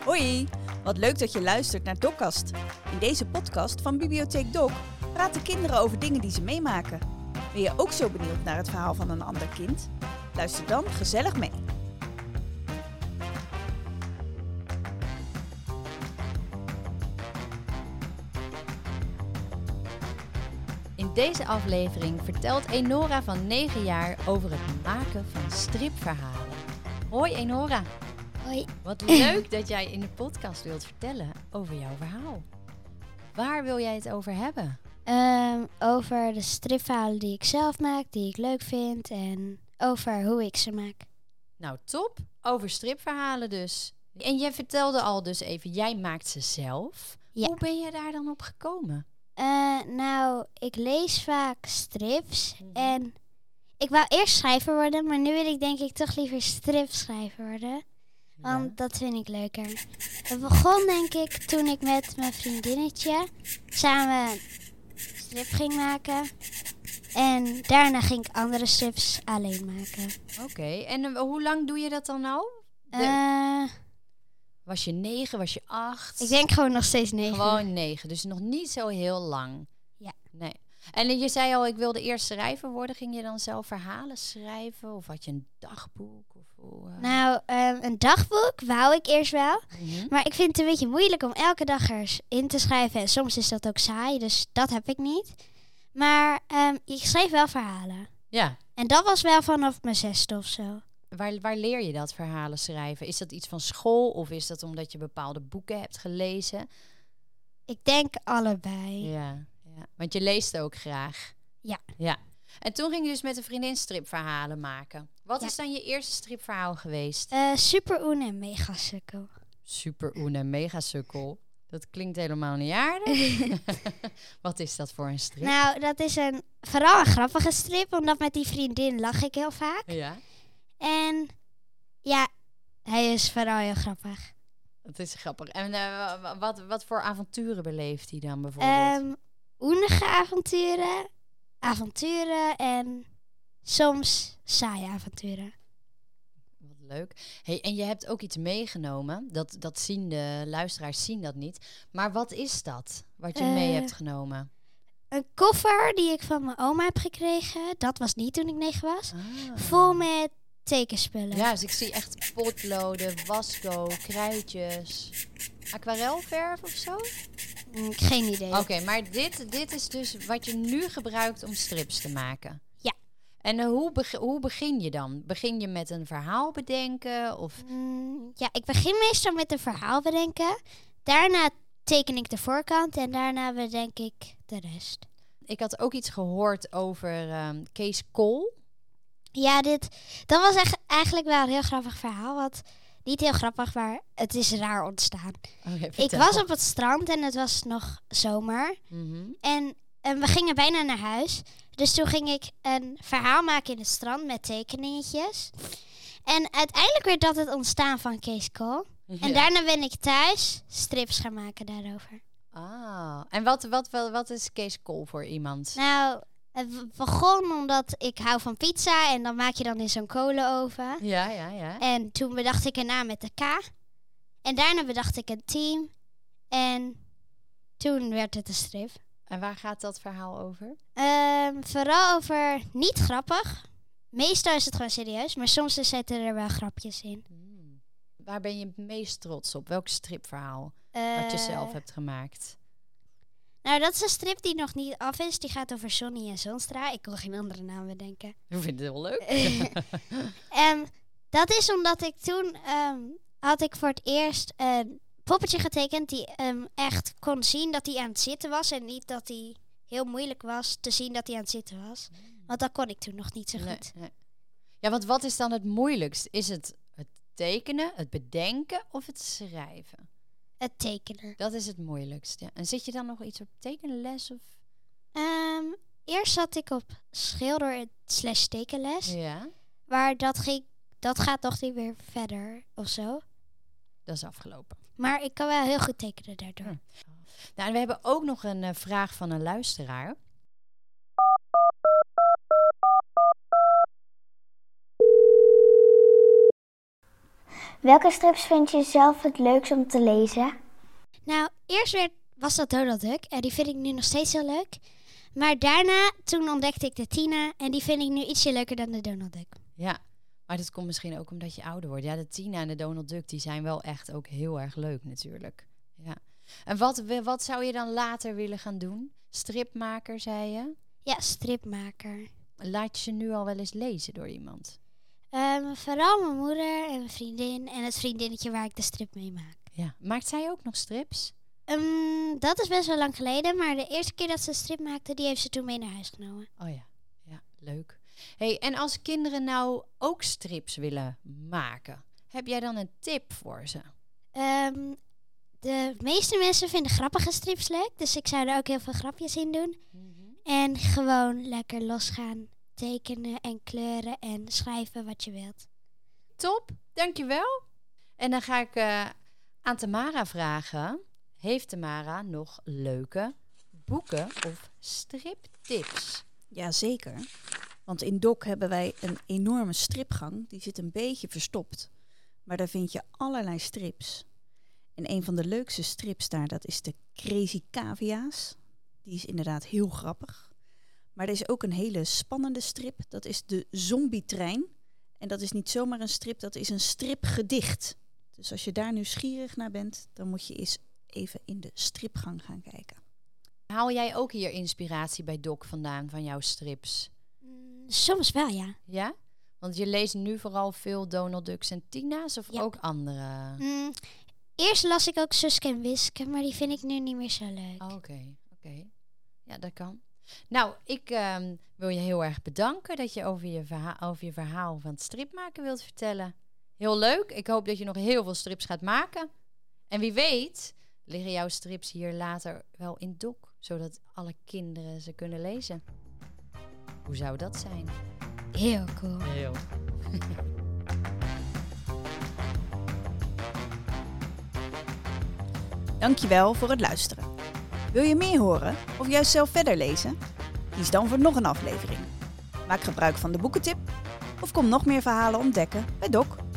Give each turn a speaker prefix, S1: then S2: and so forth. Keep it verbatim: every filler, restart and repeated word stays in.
S1: Hoi, wat leuk dat je luistert naar Dokkast. In deze podcast van Bibliotheek Dok praten kinderen over dingen die ze meemaken. Ben je ook zo benieuwd naar het verhaal van een ander kind? Luister dan gezellig mee.
S2: In deze aflevering vertelt Enora van negen jaar over het maken van stripverhalen. Hoi Enora.
S3: Hoi.
S2: Wat leuk dat jij in de podcast wilt vertellen over jouw verhaal. Waar wil jij het over hebben?
S3: Um, over de stripverhalen die ik zelf maak, die ik leuk vind en over hoe ik ze maak.
S2: Nou, top. Over stripverhalen dus. En jij vertelde al dus even, jij maakt ze zelf.
S3: Ja.
S2: Hoe ben je daar dan op gekomen?
S3: Uh, nou, ik lees vaak strips mm. en ik wou eerst schrijver worden, maar nu wil ik denk ik toch liever stripschrijver worden. Want ja. Dat vind ik leuker. Het begon denk ik toen ik met mijn vriendinnetje samen strip ging maken. En daarna ging ik andere strips alleen maken.
S2: Oké, okay. En uh, hoe lang doe je dat dan nou? De...
S3: Uh,
S2: was je negen, was je acht?
S3: Ik denk gewoon nog steeds negen.
S2: Gewoon negen, dus nog niet zo heel lang.
S3: Ja.
S2: Nee. En je zei al, ik wilde eerst schrijver worden. Ging je dan zelf verhalen schrijven? Of had je een dagboek? Of hoe, uh...
S3: Nou, um, een dagboek wou ik eerst wel.
S2: Mm-hmm.
S3: Maar ik vind het een beetje moeilijk om elke dag erin te schrijven. En soms is dat ook saai, dus dat heb ik niet. Maar um, ik schreef wel verhalen.
S2: Ja.
S3: En dat was wel vanaf mijn zesde of zo.
S2: Waar, waar leer je dat, verhalen schrijven? Is dat iets van school of is dat omdat je bepaalde boeken hebt gelezen?
S3: Ik denk allebei.
S2: Ja, ja. Want je leest ook graag.
S3: Ja.
S2: Ja. En toen ging je dus met een vriendin stripverhalen maken. Wat
S3: ja.
S2: is dan je eerste stripverhaal geweest?
S3: Uh, Super Oen en Megasukkel.
S2: Super Oen en Megasukkel. Dat klinkt helemaal niet aardig. Wat is dat voor een strip?
S3: Nou, dat is een vooral een grappige strip, omdat met die vriendin lach ik heel vaak.
S2: Ja.
S3: En ja, hij is vooral heel grappig.
S2: Dat is grappig. En uh, wat, wat voor avonturen beleeft hij dan bijvoorbeeld?
S3: Um, oenige avonturen, avonturen en soms saaie avonturen.
S2: Wat leuk. Hey, en je hebt ook iets meegenomen. Dat, dat zien de luisteraars zien dat niet. Maar wat is dat, wat je uh, mee hebt genomen?
S3: Een koffer die ik van mijn oma heb gekregen. Dat was niet toen ik negen was.
S2: Ah.
S3: Vol met tekenspullen.
S2: Ja, dus ik zie echt potloden, wasco, kruidjes, aquarelverf of zo?
S3: Mm, geen idee.
S2: Oké, okay, maar dit, dit is dus wat je nu gebruikt om strips te maken?
S3: Ja.
S2: En uh, hoe, beg- hoe begin je dan? Begin je met een verhaal bedenken? Of?
S3: Mm, ja, ik begin meestal met een verhaal bedenken. Daarna teken ik de voorkant en daarna bedenk ik de rest.
S2: Ik had ook iets gehoord over um, Kees Kool.
S3: Ja, dit, dat was echt, eigenlijk wel een heel grappig verhaal. Wat niet heel grappig, maar het is raar ontstaan.
S2: Okay,
S3: ik was op het strand en het was nog zomer.
S2: Mm-hmm.
S3: En, en we gingen bijna naar huis. Dus toen ging ik een verhaal maken in het strand met tekeningetjes. En uiteindelijk werd dat het ontstaan van Kees Kool. Ja. En daarna ben ik thuis strips gaan maken daarover.
S2: Ah, en wat, wat, wat, wat is Kees Kool voor iemand?
S3: Nou, het begon omdat ik hou van pizza en dan maak je dan in zo'n kolenoven.
S2: Ja, ja, ja.
S3: En toen bedacht ik een naam met de K. En daarna bedacht ik een team. En toen werd het een strip.
S2: En waar gaat dat verhaal over?
S3: Um, vooral over niet grappig. Meestal is het gewoon serieus, maar soms zitten er wel grapjes in.
S2: Hmm. Waar ben je het meest trots op? Welk stripverhaal
S3: Uh,
S2: wat je zelf hebt gemaakt?
S3: Nou, dat is een strip die nog niet af is. Die gaat over Sonny en Zonstra. Ik kon geen andere naam bedenken.
S2: Ik vind het heel leuk.
S3: um, dat is omdat ik toen um, had ik voor het eerst een poppetje getekend die um, echt kon zien dat hij aan het zitten was. En niet dat hij heel moeilijk was te zien dat hij aan het zitten was. Want dat kon ik toen nog niet zo
S2: nee,
S3: goed.
S2: Nee. Ja, want wat is dan het moeilijkst? Is het het tekenen, het bedenken of het schrijven?
S3: Het tekenen.
S2: Dat is het moeilijkst, ja. En zit je dan nog iets op tekenles? Of?
S3: Um, eerst zat ik op schilder slash tekenles.
S2: Ja.
S3: Maar dat, ging, dat gaat nog niet weer verder of zo.
S2: Dat is afgelopen.
S3: Maar ik kan wel heel goed tekenen daardoor.
S2: Hm. Nou, en we hebben ook nog een uh, vraag van een luisteraar.
S4: Welke strips vind je zelf het leukst om te lezen?
S3: Nou, eerst werd, was dat Donald Duck en die vind ik nu nog steeds heel leuk. Maar daarna, toen ontdekte ik de Tina en die vind ik nu ietsje leuker dan de Donald Duck.
S2: Ja, maar dat komt misschien ook omdat je ouder wordt. Ja, de Tina en de Donald Duck, die zijn wel echt ook heel erg leuk natuurlijk. Ja. En wat, wat zou je dan later willen gaan doen? Stripmaker, zei je?
S3: Ja, stripmaker.
S2: Laat je ze nu al wel eens lezen door iemand?
S3: Um, vooral mijn moeder en mijn vriendin en het vriendinnetje waar ik de strip mee maak.
S2: Ja. Maakt zij ook nog strips?
S3: Um, dat is best wel lang geleden, maar de eerste keer dat ze een strip maakte, die heeft ze toen mee naar huis genomen.
S2: Oh ja, ja, leuk. Hey, en als kinderen nou ook strips willen maken, heb jij dan een tip voor ze?
S3: Um, de meeste mensen vinden grappige strips leuk, dus ik zou er ook heel veel grapjes in doen. Mm-hmm. En gewoon lekker losgaan, tekenen en kleuren en schrijven wat je wilt.
S2: Top, dankjewel. En dan ga ik uh, aan Tamara vragen. Heeft Tamara nog leuke boeken of striptips?
S1: Jazeker, want in Doc hebben wij een enorme stripgang. Die zit een beetje verstopt, maar daar vind je allerlei strips. En een van de leukste strips daar, dat is de Crazy Cavia's. Die is inderdaad heel grappig. Maar er is ook een hele spannende strip, dat is de Zombietrein. En dat is niet zomaar een strip, dat is een stripgedicht. Dus als je daar nieuwsgierig naar bent, dan moet je eens even in de stripgang gaan kijken.
S2: Haal jij ook hier inspiratie bij Doc vandaan van jouw strips?
S3: Mm, soms wel, ja.
S2: Ja? Want je leest nu vooral veel Donald Ducks en Tina's of ja. ook andere?
S3: Mm, eerst las ik ook Suske en Wiske, maar die vind ik nu niet meer zo leuk.
S2: Oké, oh, oké. Okay. Ja, dat kan. Nou, ik um, wil je heel erg bedanken dat je over je, verha- over je verhaal van het stripmaken wilt vertellen. Heel leuk. Ik hoop dat je nog heel veel strips gaat maken. En wie weet liggen jouw strips hier later wel in Doc, zodat alle kinderen ze kunnen lezen. Hoe zou dat zijn?
S3: Heel cool.
S2: Heel.
S1: Dankjewel voor het luisteren. Wil je meer horen of juist zelf verder lezen? Kies dan voor nog een aflevering. Maak gebruik van de boekentip of kom nog meer verhalen ontdekken bij Doc.